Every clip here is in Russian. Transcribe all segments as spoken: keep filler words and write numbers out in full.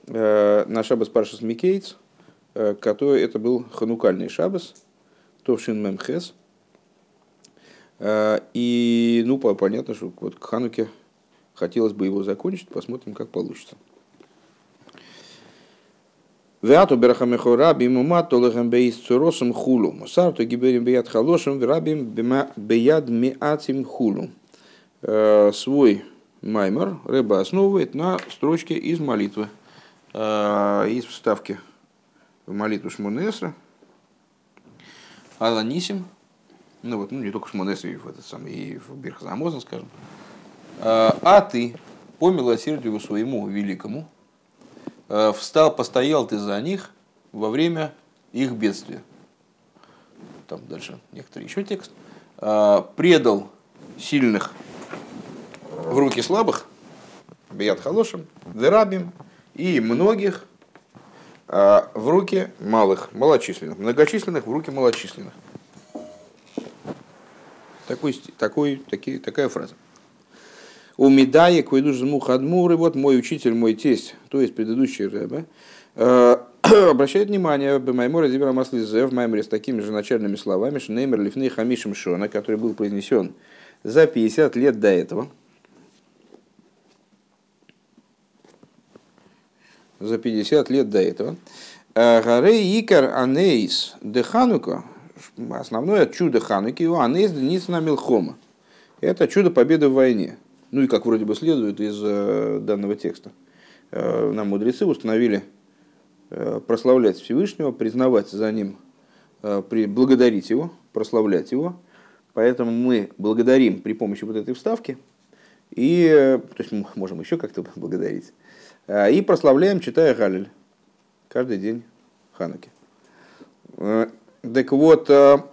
на шаббас Паршас Микейтс, который это был ханукальный шаббас, Товшин Мемхес. И, ну, понятно, что вот к Хануке хотелось бы его закончить, посмотрим, как получится. Веату берахамехо рабим умат толехам бейс цуросом хулу. Мусарту гиберим беяд халошем врабим беяд миатим хулу. Свой маймер Рэба основывает на строчке из молитвы, из вставки в молитву Шмоне Эсра. Аланисим, ну вот, ну не только Шмоне Эсра, и в этот самый, и в Бирхас Амозон, скажем. А ты, по милосердию своему великому, встал, постоял ты за них во время их бедствия. Там дальше некоторый еще текст. Предал сильных в руки слабых, бияд халошем, верабим, и многих в руки малых, малочисленных, многочисленных в руки малочисленных. Такой, такой, такие, такая фраза. У Медая квайдуш мухадмуры, вот мой учитель, мой тесть, то есть предыдущий рэбе, обращает внимание в Майморе Дибра Маслизе, в Майморе с такими же начальными словами, Шнеймер Лифней Хамишем Шона, который был произнесен за пятьдесят лет до этого. За пятьдесят лет до этого. Гарей Икар Анейс де Ханука, основное чудо Хануки, Анейс Денисна Милхома. Это чудо победы в войне. Ну и как вроде бы следует из данного текста. Нам мудрецы установили прославлять Всевышнего, признавать за ним, благодарить его, прославлять его. Поэтому мы благодарим при помощи вот этой вставки. И, то есть мы можем еще как-то благодарить. И прославляем, читая Галиль. Каждый день Хануки. Так вот,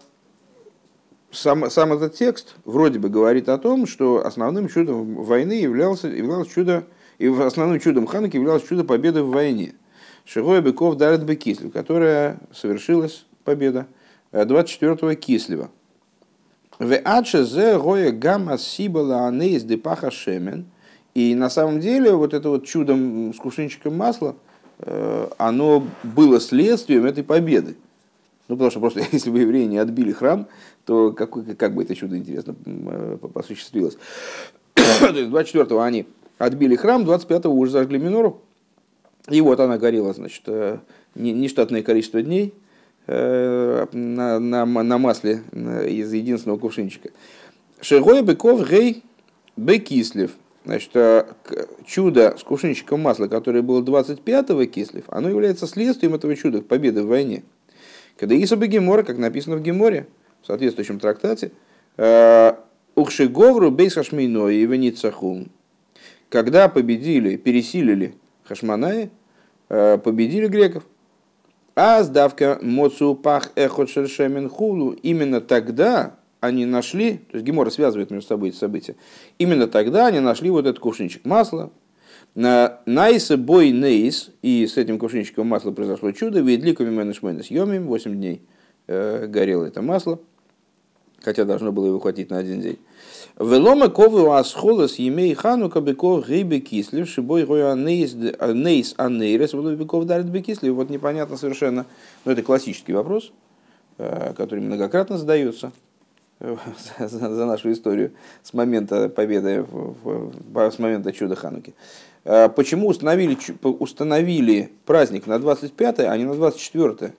сам, сам этот текст вроде бы говорит о том, что основным чудом войны являлся, являлось чудо, и основным чудом Хануки являлось чудо победы в войне. Шигоя быков дарит бы Кислев, которая совершилась победа двадцать четвёртого Кислева. В адше зе гоя гамма сибала анейс де паха шемен. И на самом деле вот это вот чудом с кувшинчиком масла, оно было следствием этой победы. Ну, потому что просто если бы евреи не отбили храм, то как, как бы это чудо, интересно, осуществилось. То есть двадцать четвёртого они отбили храм, двадцать пятого уже зажгли минору. И вот она горела, значит, нештатное количество дней на, на, на масле из единственного кувшинчика. Шегоя быков гей бекислев. Значит, чудо с кувшинчиком масла, которое было двадцать пятого Кислев, оно является следствием этого чуда, победы в войне. Когда Исаба Гемора, как написано в Геморе, в соответствующем трактате, Ухшеговру бейс хашмейной и веницахун, когда победили, пересилили хашманаи, победили греков, а сдавка моцу пах эхот шершемен хулу, именно тогда они нашли, то есть Гемора связывает между собой эти события, именно тогда они нашли вот этот кувшинчик масла, найса бой нейс, и с этим кувшинчиком масла произошло чудо, ведликами менешменес йомим, восемь дней э, горело это масло, хотя должно было его хватить на один день. Велома кову асхолос емей ханука беков гейбе кислив, шибой гоя нейс анейрес, велой беков дарит бекислив. Вот непонятно совершенно, но это классический вопрос, который многократно задается за, за нашу историю с момента победы, с момента чуда Хануки. Почему установили, установили праздник на двадцать пятое, а не на двадцать четвёртое?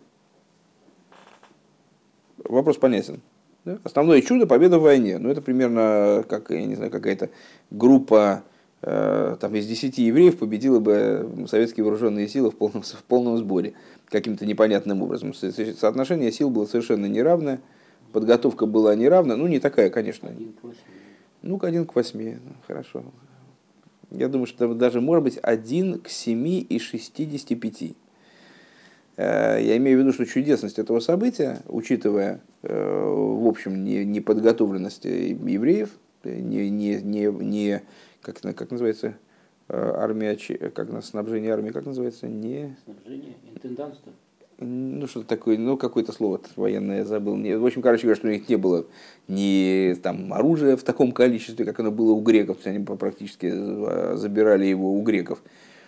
Вопрос понятен. Да? Основное чудо — победа в войне. Ну, это примерно как, я не знаю, какая-то группа э, там, из десяти евреев победила бы советские вооруженные силы в полном, в полном сборе каким-то непонятным образом. Соотношение сил было совершенно неравное, подготовка была неравна. Ну, не такая, конечно. Ну-ка, один к восьми. Хорошо. Я думаю, что даже может быть один к семи и шестидесяти пяти. Я имею в виду, что чудесность этого события, учитывая, в общем, неподготовленность евреев, не, не, не, не как, как называется, армия, как снабжение армии, как называется? Не... Снабжение, интендантство. Ну, что-то такое, ну, какое-то слово военное я забыл. В общем, короче говоря, что у них не было ни там оружия в таком количестве, как оно было у греков, то есть они практически забирали его у греков.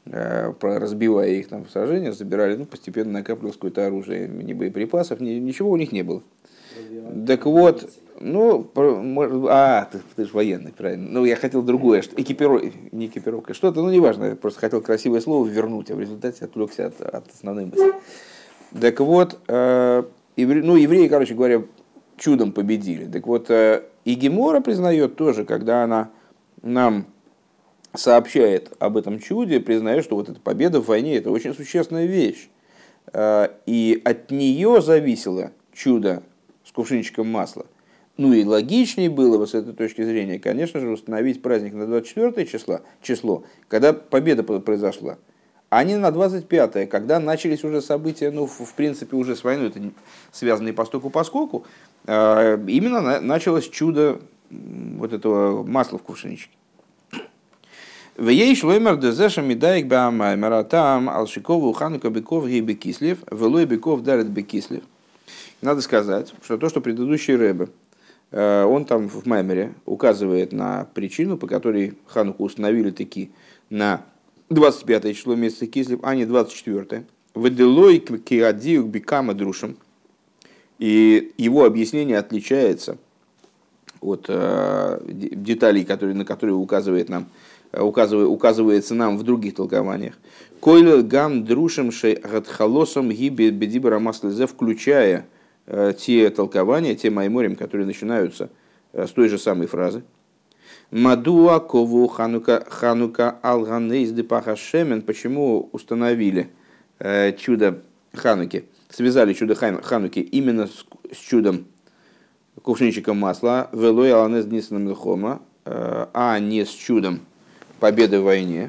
разбивая их там в сражениях, забирали, ну, постепенно накапливалось какое-то оружие, ни боеприпасов, ни, ничего у них не было. Так вот, ну, а, ты, ты же военный, правильно. Ну, я хотел другое, что экипировка, не экипировка, что-то, ну, неважно, я просто хотел красивое слово вернуть, а в результате отвлекся от, от основной мысли. Так вот, э, евре, ну, евреи, короче говоря, чудом победили. Так вот, э, и Гемора признает тоже, когда она нам сообщает об этом чуде, признает, что вот эта победа в войне – это очень существенная вещь. Э, и от нее зависело чудо с кувшинчиком масла. Ну и логичнее было бы с этой точки зрения, конечно же, установить праздник на двадцать четвёртое число, число, когда победа произошла, а не на двадцать пятое, когда начались уже события, ну, в принципе, уже с войной, это связанные постоку поскольку, именно началось чудо вот этого масла в кувшинчике. В ей шлоймер дезеша мидаик баамаймера там алшикову ханука беков гей бекислев, велой беков дарит бекислев. Надо сказать, что то, что предыдущий рэбе, он там в Маймере указывает на причину, по которой Хануку установили таки на двадцать пятое число месяца Кислев, а не двадцать четвёртое. Выделой киадиук бикама друшем. И его объяснение отличается от деталей, которые, на которые указывает нам, указывает, указывается нам в других толкованиях. Койлел гам друшем шей гадхалосом гиби бедибара маслезе, включая те толкования, те майморим, которые начинаются с той же самой фразы. Мадуа кову ханука ханука алганейс депаха шемен. Почему установили чудо Хануки, связали чудо Хануки именно с чудом кувшинчиком масла, велой аланес днисна милхома, а не с чудом победы в войне.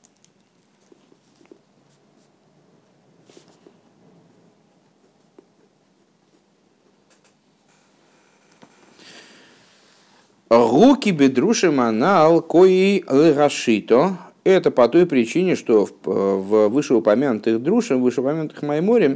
Гуки бедруши манал кои легашито. Это по той причине, что в вышеупомянутых друшах, в вышеупомянутых майморе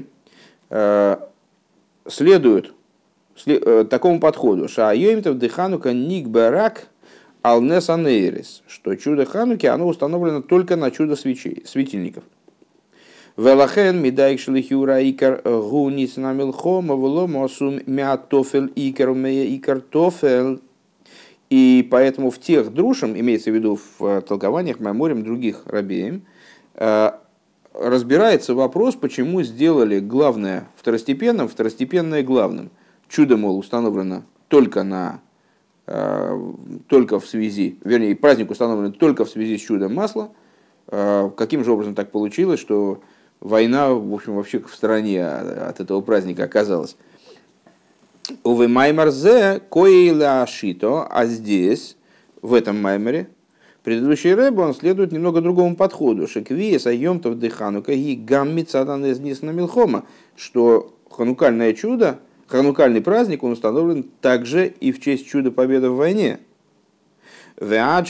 следует такому подходу. Шаайоимтов де Ханука ник барак алнес анейрис. Что чудо Хануки, оно установлено только на чудо свечей, светильников. Велахен мидайк шлихюра икар гунис намилхома вломосум мятофель икар мея икар тофель. И поэтому в тех друшам, имеется в виду в толкованиях майморим других рабеем, разбирается вопрос, почему сделали главное второстепенным, второстепенное главным. Чудо, мол, установлено только, на, только в связи, вернее, праздник установлен только в связи с чудом масла. Каким же образом так получилось, что война, в общем, вообще в стороне от этого праздника оказалась? Увы маймарзе коила шито, а здесь, в этом маймере, предыдущий рэб, он следует немного другому подходу. Шеквия сайомтов де Ханука и гаммицаданез нисна милхома, что ханукальное чудо, ханукальный праздник, он установлен также и в честь чуда победы в войне. Вплоть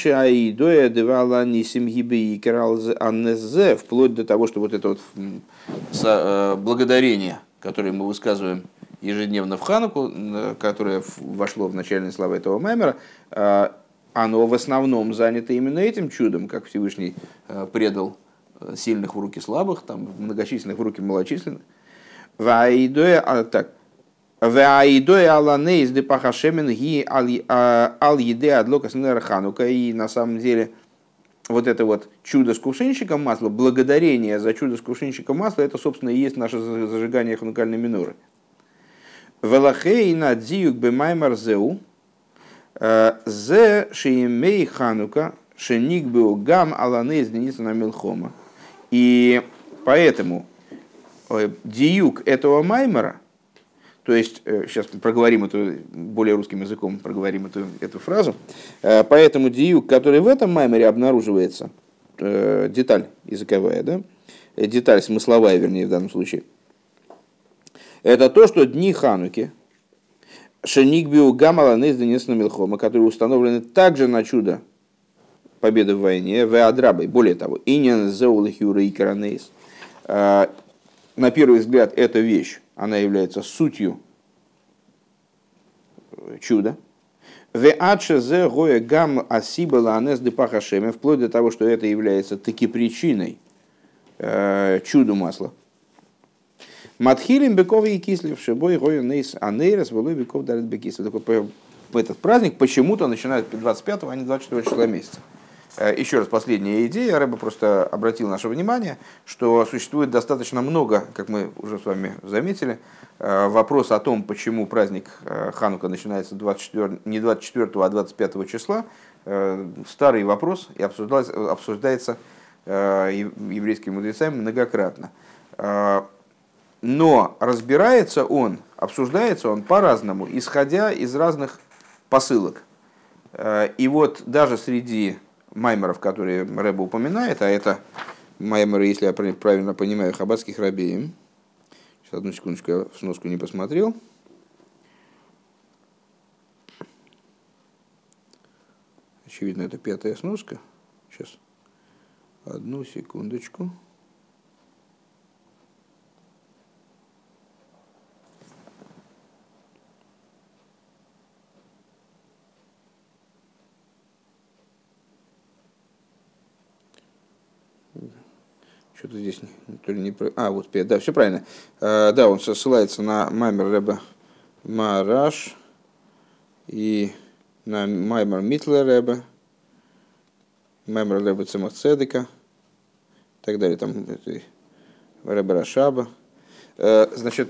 до того, что вот это вот благодарение, которое мы высказываем ежедневно в Хануку, которое вошло в начальные слова этого маймера, оно в основном занято именно этим чудом, как Всевышний предал сильных в руки слабых, там, многочисленных в руки малочисленных. Так. И на самом деле вот это вот чудо с кувшинчиком масла, благодарение за чудо с кувшинчиком масла, это, собственно, и есть наше зажигание ханукальной миноры. Велахейна дзиюк бемаймар зеу зе шиемей ханука шеник был гам аланез денисана милхома. И поэтому диюк этого маймара, то есть, сейчас проговорим эту, более русским языком проговорим эту, эту фразу, поэтому диюк, который в этом маймере обнаруживается, деталь языковая, да? Деталь смысловая, вернее, в данном случае, это то, что дни Хануки, Шеникбиу Гамала Незденесна Милхома, которые установлены также на чудо победы в войне, в Адрабой, более того, Иньян Зеулахюра и Каранейс. На первый взгляд, эта вещь, она является сутью чуда. В Ачезе Гоя Гам Асибала Анес де Пахашеме, вплоть до того, что это является таки причиной чуду масла. Матхилим беков и кислив, шибой гою нейс анейрес, волой беков дарит бекислив. Этот праздник почему-то начинают двадцать пятого, а не двадцать четвёртого числа месяца. Еще раз, последняя идея. Рэбе просто обратил наше внимание, что существует достаточно много, как мы уже с вами заметили, вопрос о том, почему праздник Ханука начинается двадцать четвёртого, не двадцать четвёртого, а двадцать пятого числа. Старый вопрос и обсуждается, обсуждается еврейскими мудрецами многократно. Но разбирается он, обсуждается он по-разному, исходя из разных посылок. И вот даже среди маймеров, которые Рэбе упоминает, а это маймеры, если я правильно понимаю, хаббатских рабеим. Сейчас, одну секундочку, я в сноску не посмотрел. Очевидно, это пятая сноска. Сейчас, одну секундочку. Что-то здесь то ли не... А, вот, да, все правильно. А, да, он ссылается на маймер Рэбе Мараш и на маймер Митлер Рэбе, маймер Рэбе Цемах Цедека и так далее, там Рэбе Рашаба. А, значит,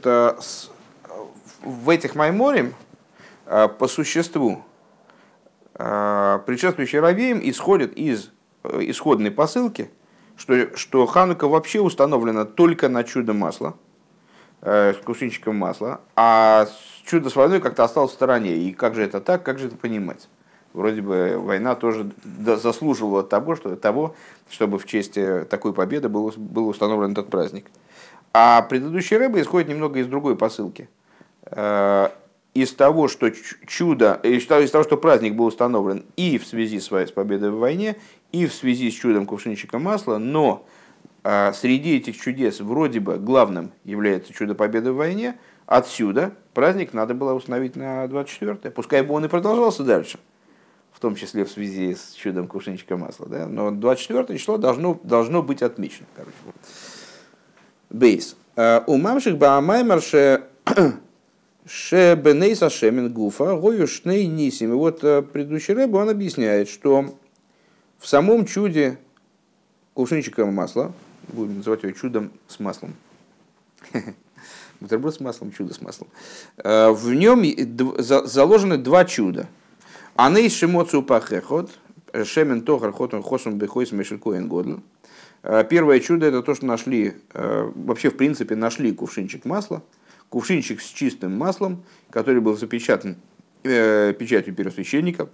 в этих майморим по существу предшествующие раввиим исходят из исходной посылки, Что, что Ханука вообще установлена только на чудо масла, э, с кувшинчиком масла, а чудо с войной как-то осталось в стороне. И как же это так, как же это понимать? Вроде бы война тоже заслуживала того, что, того чтобы в честь такой победы был, был установлен этот праздник. А предыдущий рэбе исходит немного из другой посылки. Э, из того, что чудо, из того, что праздник был установлен и в связи с победой в войне, и в связи с чудом кувшинчика масла, но а, среди этих чудес вроде бы главным является чудо победы в войне. Отсюда праздник надо было установить на двадцать четвёртое. Пускай бы он и продолжался дальше, в том числе в связи с чудом кувшинчика масла. Да? Но двадцать четвёртое число должно, должно быть отмечено. Бейс. У мамших баамаймарше ше бенейса шемен гуфа гою шней нисим. И вот предыдущий рэб, он объясняет, что в самом чуде кувшинчика масла, будем называть его чудом с маслом, бутерброд с маслом, чудо с маслом, в нем заложены два чуда. Аней шемоцу пахехот, шемен тохар хотун хосум бехойс мешелькоин годл. Первое чудо — это то, что нашли, вообще в принципе нашли кувшинчик масла, кувшинчик с чистым маслом, который был запечатан печатью первосвященника.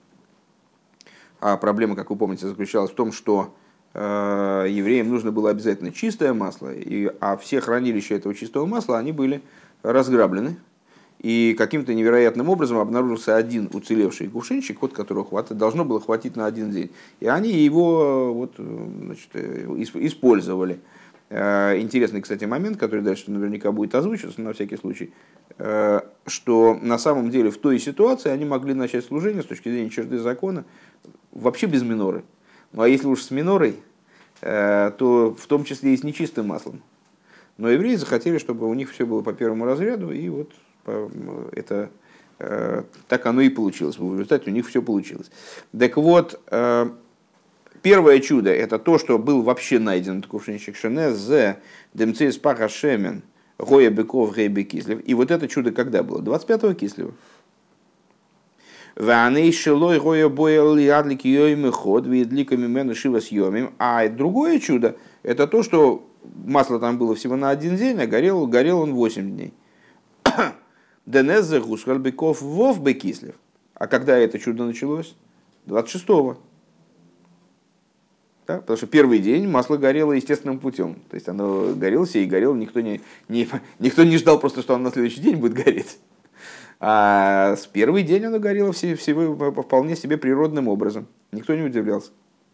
А проблема, как вы помните, заключалась в том, что э, евреям нужно было обязательно чистое масло, и, а все хранилища этого чистого масла, они были разграблены. И каким-то невероятным образом обнаружился один уцелевший кувшинчик, вот которого хватит, должно было хватить на один день. И они его вот, значит, использовали. Интересный, кстати, момент, который дальше наверняка будет озвучиваться, на всякий случай, что на самом деле в той ситуации они могли начать служение с точки зрения черты закона вообще без миноры. Ну а если уж с минорой, то в том числе и с нечистым маслом. Но евреи захотели, чтобы у них все было по первому разряду, и вот это, так оно и получилось. В результате у них все получилось. Так вот, первое чудо — это то, что был вообще найден кувшинчик шенез з демцейс паха шемен гоя быков гей бекислев. И вот это чудо когда было? двадцать пятого кислева. А другое чудо — это то, что масло там было всего на один день, а горел, горел он восемь дней. Денезе гускаль быков вов бекислев. А когда это чудо началось? двадцать шестого. Да? Потому что первый день масло горело естественным путем. То есть оно горело себе и горело, никто не, не, никто не ждал просто, что оно на следующий день будет гореть. А с первый день оно горело все, всего, вполне себе природным образом. Никто не удивлялся.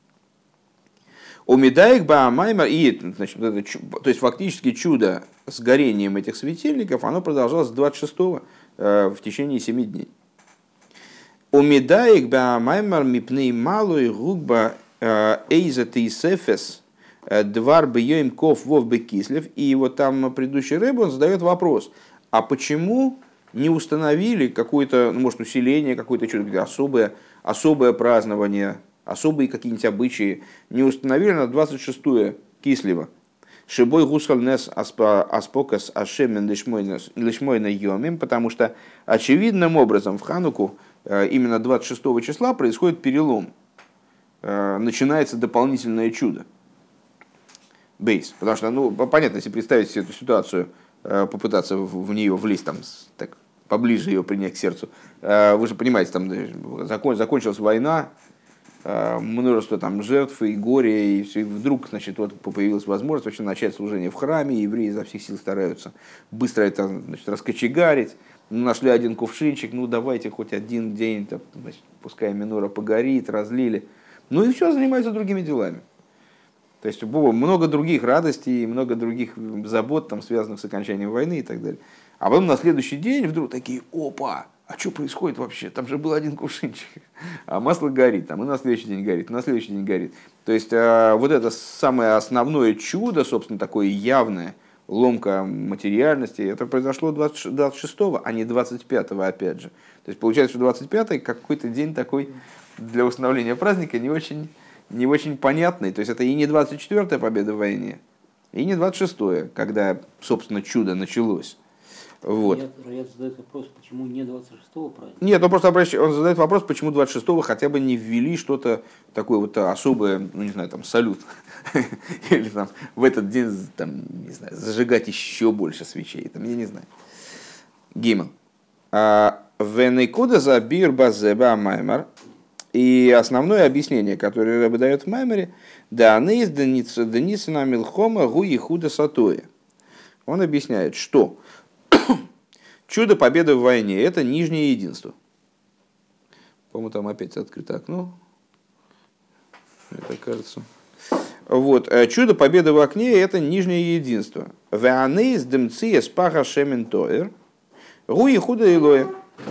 У Медаик Баамаймар, и, значит, это, то есть фактически чудо с горением этих светильников, оно продолжалось с двадцать шестого э, в течение семи дней. У Медаик Баамаймар мипней малой гугба эйза тейсефес Двар бьем ков вов бекислев. И вот там предыдущий рэб, он задает вопрос, а почему не установили какое-то, ну, может, усиление, какое-то что-то особое, особое празднование, особые какие-нибудь обычаи, не установили на двадцать шестое кислева. Шибой гусхальнес аспокас ашемен лишмойна йомим, потому что очевидным образом в Хануку именно двадцать шестого числа происходит перелом, начинается дополнительное чудо. Бейс. Потому что, ну, понятно, если представить себе эту ситуацию, попытаться в нее влезть, там, так, поближе ее принять к сердцу. Вы же понимаете, там закончилась война, множество там жертв и горя, и, все, и вдруг, значит, вот появилась возможность вообще начать служение в храме, и евреи изо всех сил стараются быстро это, значит, раскочегарить. Ну, нашли один кувшинчик, ну давайте хоть один день, -то, значит, пускай минора погорит, разлили. Ну и все, занимаются другими делами. То есть много других радостей, много других забот, там, связанных с окончанием войны и так далее. А потом на следующий день вдруг такие: опа, а что происходит вообще? Там же был один кувшинчик, а масло горит, там, и на следующий день горит, и на следующий день горит. То есть вот это самое основное чудо, собственно, такое явное, ломка материальности, это произошло двадцать шестого, а не двадцать пятого, опять же. То есть получается, что двадцать пятый какой-то день такой для установления праздника не очень... не очень понятный. То есть это и не двадцать четвёртая победа в войне, и не двадцать шестое, когда, собственно, чудо началось. Вот. Раят задает вопрос, почему не двадцать шестого праздника? Нет, он просто обращ... он задает вопрос, почему двадцать шестого хотя бы не ввели что-то такое вот особое, ну не знаю, там, салют. Или там в этот день, там, не знаю, зажигать еще больше свечей. Там, я не знаю. Гимн. Венекуда за бир базеба маймар. И основное объяснение, которое Рэбе дает в Маймере, да, анейс денисена милхома гу ехуда сатоя. Он объясняет, что чудо победы в войне – это нижнее единство. По-моему, там опять открыто окно. Это кажется. Вот. Чудо победы в окне – это нижнее единство. Веанейс демция спаха шемен тоэр гу ехуда илоя.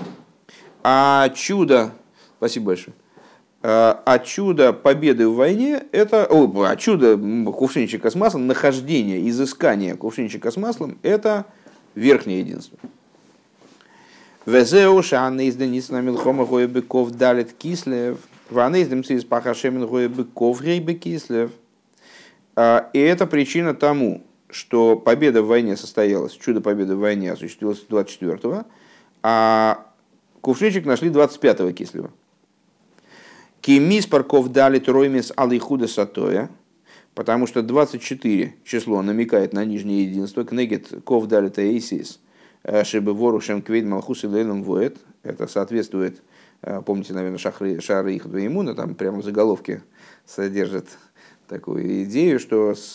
А чудо... Спасибо большое. А чудо победы в войне – это, о, а чудо кувшинчика с маслом, нахождение, изыскание кувшинчика с маслом – это верхнее единство. Везеу шанейс денис на милхома гоя быков далит кислев, ванейс демцис пахашемен гоя быков гей бекислев. И это причина тому, что победа в войне состоялась, чудо победы в войне осуществилось двадцать четвёртого, а кувшинчик нашли двадцать пятого кислева. Кимис парков дали троймис алейхуда сатоя, потому что двадцать четыре число намекает на нижнее единство. Кнегет ков дали таисис, шебе ворушем квейд малхус и лейлом воет. Это соответствует, помните, наверное, шахры, шары их двоимуна, там прямо в заголовке содержит такую идею, что с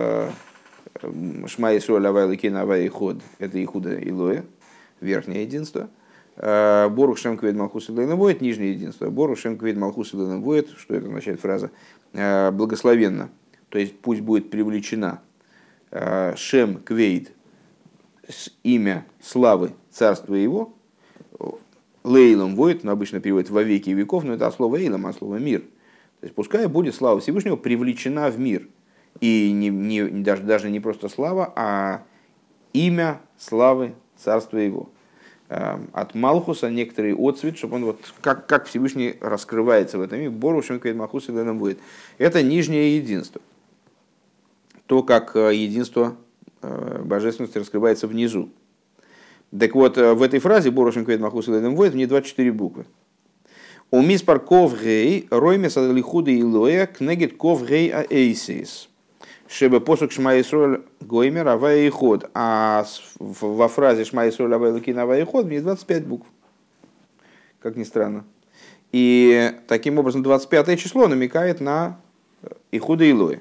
Шма Исруэль авай лакин авай иход — это ихуда илоя, верхнее единство. Борух Шем Квейд Малхус Илэйном Воет — нижнее единство. Борух Шем Квейд Малхус Илэйном Воет, что это означает фраза? Благословенно. То есть пусть будет привлечена Шем Квейд, имя славы царства его, Лейлом Воет, но обычно переводит во веки веков, но это от слова Эйлом, от слова мир. То есть пускай будет слава Всевышнего привлечена в мир. И не, не, даже, даже не просто слава, а имя славы царства его. От Малхуса некоторый отцвет, чтобы он вот как, как Всевышний раскрывается в этом мире. Бору Шемквейд Малхус и Леном будет. Это нижнее единство. То, как единство божественности раскрывается внизу. Так вот, в этой фразе Бору Шемквейд Малхус и Леном будет в ней двадцать четыре буквы. У мис парков гей роймес адлихуда илоя кнегет ков гей аэйсис. Шебе посук Шма Исруэль гоймер авай иход. А во фразе Шма Исруэль авай лакин авай иход мне двадцать пять букв. Как ни странно. И таким образом двадцать пятое число намекает на ихуда илоя.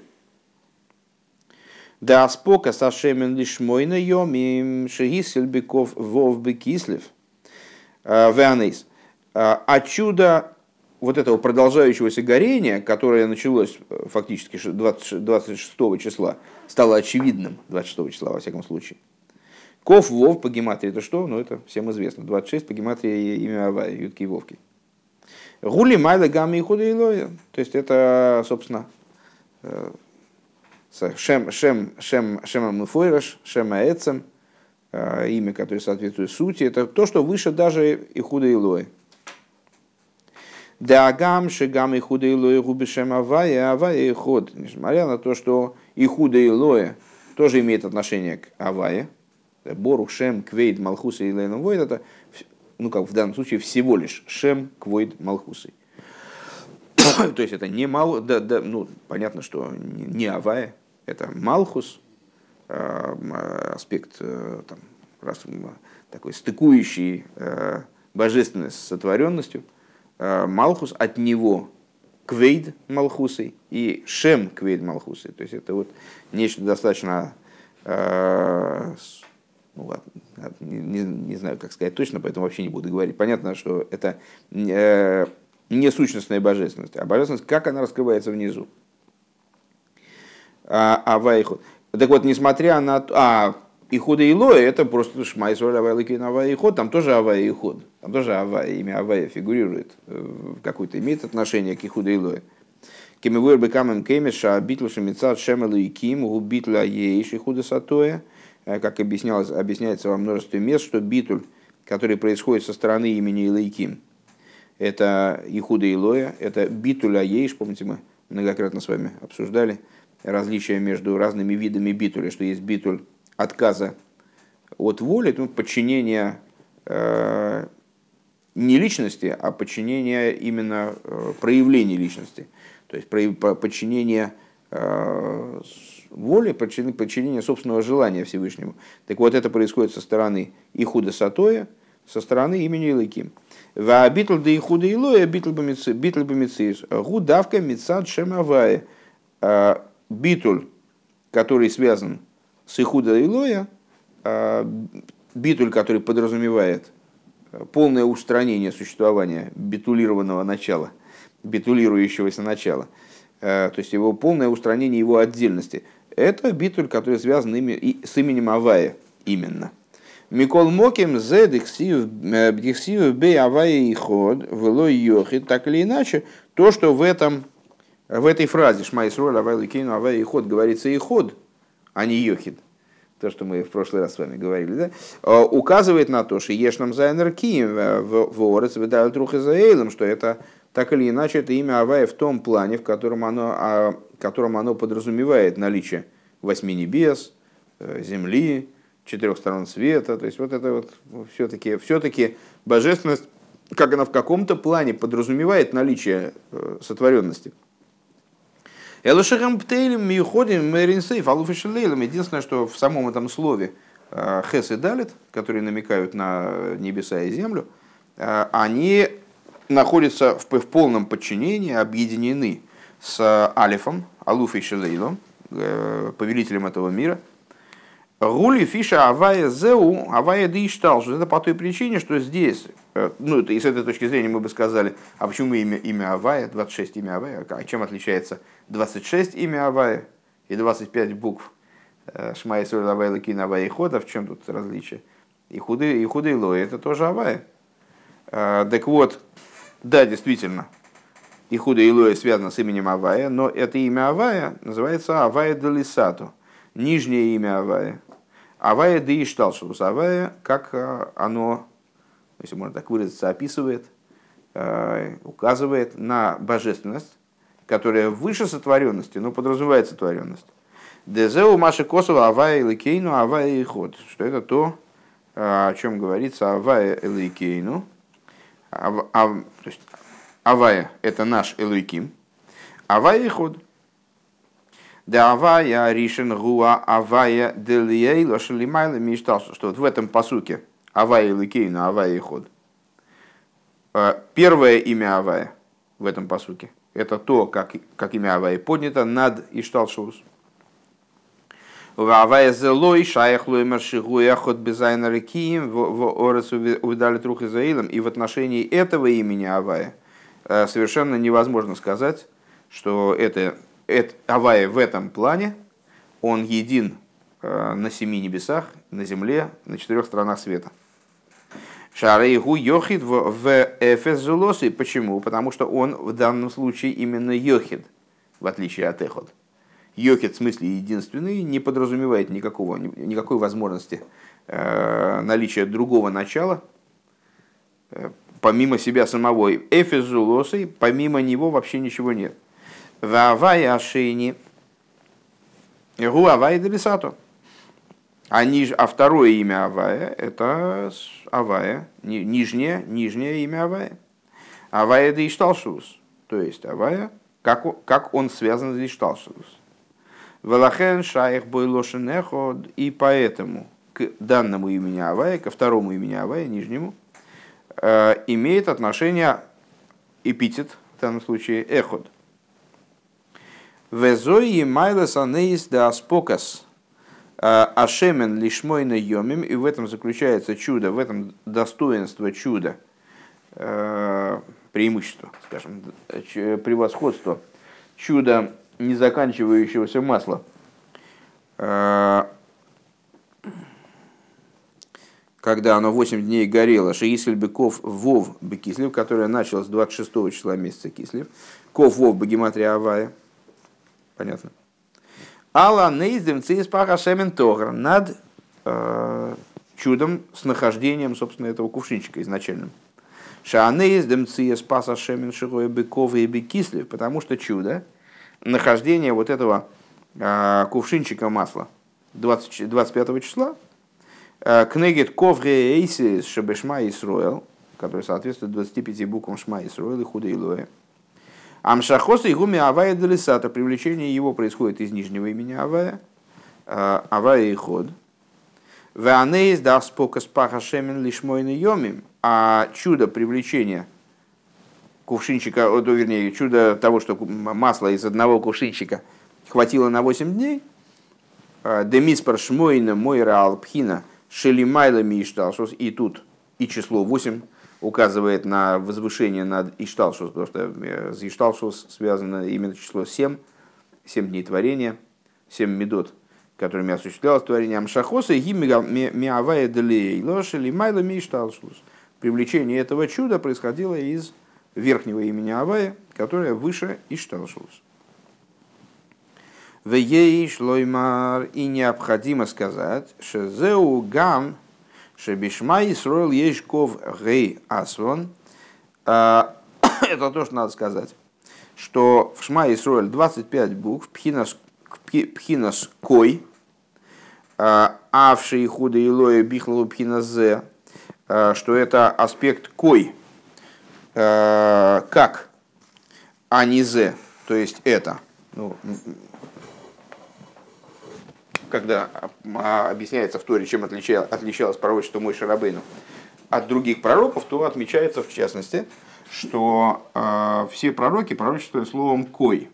Да аспока сашемен лишмойна йом шегисель беков вов бекислев веанейс. А чудо вот этого продолжающегося горения, которое началось фактически двадцать шестого числа, стало очевидным двадцать шестого числа, во всяком случае. Ков Вов по гематрии это что? Ну, это всем известно. двадцать шесть по гематрии имя Авая, Ютки и Вовки. Гули майла гамми и худа илоя. То есть это, собственно, Шем, Шем, Шем, Шема Мефойраш, Шема Эцем, имя, которое соответствует сути, это то, что выше даже Ихуда Илои. Дагам, Шегам Ихуда Илои, Губи Шем Авая, Авая Иход. Несмотря на то, что Ихуда Илои тоже имеет отношение к Авае, Борух, Шем, Квейд, Малхуса и Лейном Войд, это, ну как в данном случае, всего лишь Шем, Квойд, Малхусой. То есть это не Мал, да, да, ну понятно, что не Авая, это Малхус, аспект там, раз, такой стыкующий божественность с сотворенностью. Малхус от него Квейд Малхусой и Шем Квейд Малхусой. То есть это вот нечто достаточно, ну ладно, не, не знаю, как сказать точно, поэтому вообще не буду говорить. Понятно, что это не сущностная божественность, а божественность, как она раскрывается внизу. А, а вайход. Так вот, несмотря на... А, Ихуда и Илоя, это просто Шма Исроэль Авай Элокейну Авай Иход, там тоже Авай и Иход. Там тоже Авай, имя Авая фигурирует, какое-то имеет отношение к Ихуда и Илоя. Кемевуэр бекамем кемеша битл шемицат шемелу и ким гу битла ейш Ихуда Сатоя. Как объяснялось, объясняется во множестве мест, что битуль, который происходит со стороны имени Илайким, это Ихуда и Илоя, это битуля ейш, помните, мы многократно с вами обсуждали различия между разными видами битуля, что есть битуль отказа от воли, ну, подчинения э, не личности, а подчинения именно э, проявления личности. То есть про, подчинение э, воли, подчинение, подчинение собственного желания Всевышнему. Так вот, это происходит со стороны Ихуда Сатоя, со стороны имени Илайким. Ва битл да Ихуда Илоя битл бамицис гудавка мицад шем Авая. Битуль, который связан с Ихуда Илоя, битуль, который подразумевает полное устранение существования битулированного начала, битулирующегося начала, то есть его полное устранение его отдельности, это битуль, который связан с именем Авая именно. Микол Моким зе дихсив бей Авая Иход вело Йохид, так или иначе, то, что в этом в этой фразе Шма Исроэль Авай Элокейну Авай Иход говорится Иход, а не Йохид, то, что мы в прошлый раз с вами говорили, да, указывает на то, что Ешнам Зайнер Киим в Орец Ведаль Трух Израилем, что это так или иначе это имя Авая в том плане, в котором оно, в котором оно подразумевает наличие восьми небес, земли, четырех сторон света. То есть вот это вот все-таки, все-таки божественность, как она в каком-то плане подразумевает наличие сотворенности. Единственное, что в самом этом слове хес и далит, которые намекают на небеса и землю, они находятся в полном подчинении, объединены с алифом, алуф и шелейлом, повелителем этого мира. Гули фиша авая зеу, авая диштал, что это по той причине, что здесь, ну, и с этой точки зрения мы бы сказали, а почему имя, имя Авая, двадцать шесть имя Авая, а чем отличается двадцать шесть имя Авая и двадцать пять букв Шма Исроэль Авай Элокейну Авай Иход, в чем тут различие? Ихуда и Илоя, это тоже Авая. Так вот, да, действительно, Ихуда и Илоя связано с именем Авая, но это имя Авая называется Авая Делисату, нижнее имя Авая. Авая да Ишталшус, Авая, как оно, если можно так выразиться, описывает, указывает на божественность, которая выше сотворенности, но подразумевает сотворенность. Дезеу Маши Косова Авая Элокейну Авая Иход, что это то, о чем говорится Авая Элокейну. А, а, то есть Авая — это наш Элоким, Авая Иход. Да Авая Ришен Гуа Авая Делией Лошелимайла Миштал, что вот в этом пасуке Авая Элокейну Авая Иход. Первое имя Авая в этом пасуке — это то, как, как имя Авая поднято над Ишталшус. Авая зелой шаях лоймер шигуя ход безайнер киим в оресу увидали трух Израилем. И в отношении этого имени Авая совершенно невозможно сказать, что это, это Авая в этом плане, он един на семи небесах, на земле, на четырех сторонах света. Шарейгу йохид в эфезулосе. Почему? Потому что он в данном случае именно йохид, в отличие от эход. Йохид в смысле единственный не подразумевает никакого, никакой возможности э, наличия другого начала, э, помимо себя самого. Эфизулосой, помимо него вообще ничего нет. Вавай ашени гуавай делисато. А второе имя Авая — это Авая, нижнее, нижнее имя Авая. Авая да Ишталшус, то есть Авая, как, как он связан с Ишталшус. Велахен шаих бойлошен эход, и поэтому к данному имени Авая, ко второму имени Авая, нижнему, э, имеет отношение эпитет, в данном случае эход. Везои майлес анеис да аспокас ашемен лишмойна йомим, и в этом заключается чудо, в этом достоинство чуда, э, преимущество, скажем, превосходство чуда не заканчивающегося масла. Когда оно восемь дней горело, шеисль быков вов бекислив, которое началось с двадцать шестого числа месяца кислив, ков вов бегематрия авая, понятно. Алла нейздем цейспаха шемен тогр, над э, чудом с нахождением, собственно, этого кувшинчика изначальным. Шаанейздем цейспаха шемен шигоя быков и бекислив, потому что чудо, нахождение вот этого э, кувшинчика масла двадцать, двадцать пятого числа, э, кнегет ковре эйсис шебешма Исроэл, который соответствует двадцати пяти буквам Шма Исроэл и Худа Илоэ. Амшахоса и гуми Авая делисата, привлечение его происходит из нижнего имени Авая, Авая и Ход. Веанейс да спокас паха шемен лишмойна йомим, а чудо привлечения кувшинчика, вернее, чудо того, что масло из одного кувшинчика хватило на восемь дней, демиспар шмойна мойра алпхина шелимайла мишталшус, и тут и число восемь указывает на возвышение над Ишталшус, потому что с Ишталшус связано именно число семь, семь дней творения, семь медот, которыми осуществлялось творение. Амшахоса и миавая делей лошели майла ми Ишталшус. Привлечение этого чуда происходило из верхнего имени Авая, которое выше Ишталшус. Веей шлоймар, и необходимо сказать, что зеу гам Шебишма Исроэл Ешков Гей Асвон. Это то, что надо сказать. Что в Шма Исроэль двадцать пять букв, Пхинас, пхинас Кой, Авши и Худа Илоя Бихлалу Пхинас Зе, что это аспект Кой, как, а не Зе, то есть это. Ну, когда объясняется в Торе, чем отличалось, отличалось пророчество Моше Рабейну от других пророков, то отмечается в частности, что э, все пророки пророчествуют словом «кой»,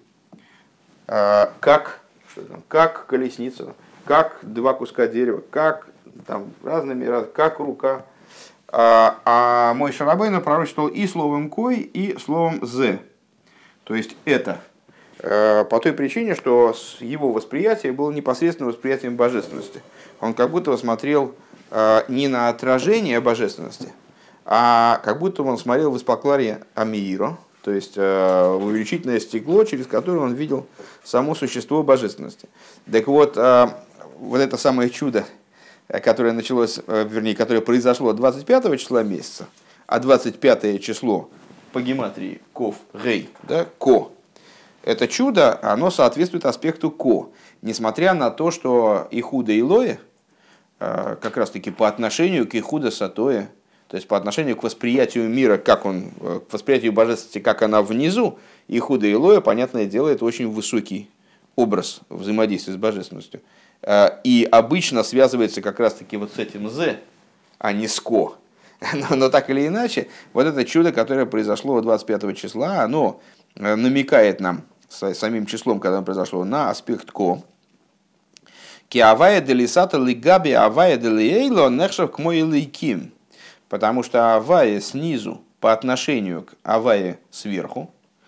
э, как, что там, как колесница, как два куска дерева, как там, разными, раз, как рука. А, а Моше Рабейну пророчествовал и словом «кой», и словом «зе», то есть «это». По той причине, что его восприятие было непосредственно восприятием божественности. Он как будто смотрел не на отражение божественности, а как будто он смотрел в испокларье Амииро, то есть в увеличительное стекло, через которое он видел само существо божественности. Так вот, вот это самое чудо, которое началось, вернее, которое произошло двадцать пятого числа месяца, а двадцать пятое число по гематрии Ков Гей, да, Ко, это чудо, оно соответствует аспекту Ко, несмотря на то, что Ихуда Илоэ, как раз таки по отношению к Ихуда Сатоэ, то есть по отношению к восприятию мира, как он, к восприятию божественности, как она внизу, Ихуда Илоэ, понятное дело, это очень высокий образ взаимодействия с божественностью. И обычно связывается как раз таки вот с этим Зе, а не с Ко. Но, но так или иначе, вот это чудо, которое произошло двадцать пятого числа, оно намекает нам самим числом, когда оно произошло, на аспект Ко. Ки авая делисата лигаби авая делиэйло нехшав к мой лейким. Потому что авая снизу по отношению к авае сверху,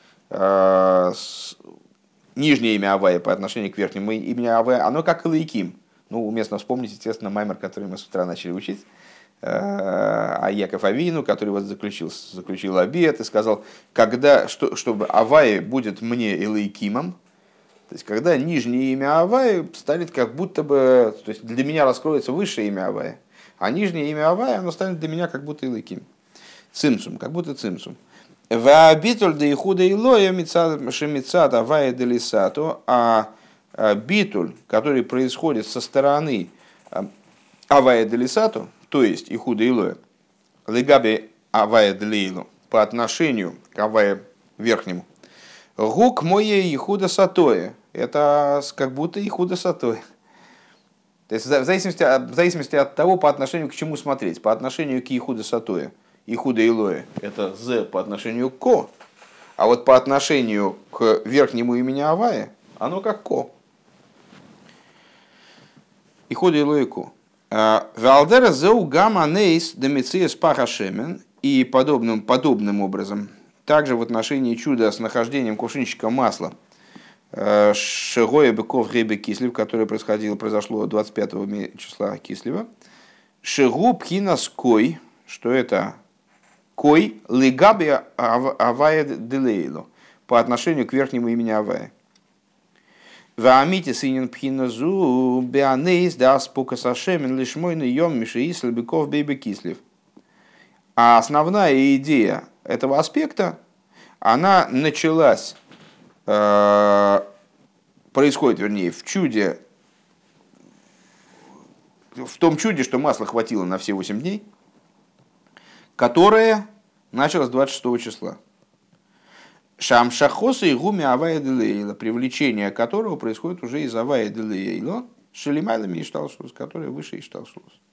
э, с, нижнее имя авая по отношению к верхнему имени авая, оно как лейким. Ну, уместно вспомнить, естественно, маймер, который мы с утра начали учить. А Яков Авину, который вот заключил, заключил обет и сказал, когда, что, чтобы Авая будет мне Элейкимом, То есть, когда нижнее имя Авая станет как будто бы, то есть для меня раскроется высшее имя Авая, а нижнее имя Авая, оно станет для меня как будто Илыким. Цимсум, как будто цимсум. Ваабитуль да ихуда илоя шемицат Авая делисато, а битуль, который происходит со стороны Авая делисато, то есть ихуда илоя, легаби Авая делилу, по отношению к Авая верхнему, гук мое ихуда сатое. Это как будто ихуда сатое. То есть в зависимости, от, в зависимости от того, по отношению к чему смотреть. По отношению к ихуда сатое, ихуда илое, это з по отношению к ко. А вот по отношению к верхнему имени Авая, оно как ко. Ихуда илое ко. Валдера зеу гамма нейс демициес пахашемен. И подобным, подобным образом, также в отношении чуда с нахождением кувшинчика масла, Шигоя быков ребе кислив, которое происходило, произошло двадцать пятого числа кислева, Шигу пхинас кой, что это кой лигаби авая делейло, по отношению к верхнему имени Авая. Ваамите синен пхиназу беанейс да спока сашемен лишь мой наем мишеисл быков бейбе кислив. А основная идея этого аспекта, она началась, э, происходит, вернее, в чуде, в том чуде, что масла хватило на все восемь дней, которое началось двадцать шестого числа. Шамшахоса и гуми авая делейла, привлечение которого происходит уже из авая делейла, шелимайлами и шталшус, которое выше и шталшус.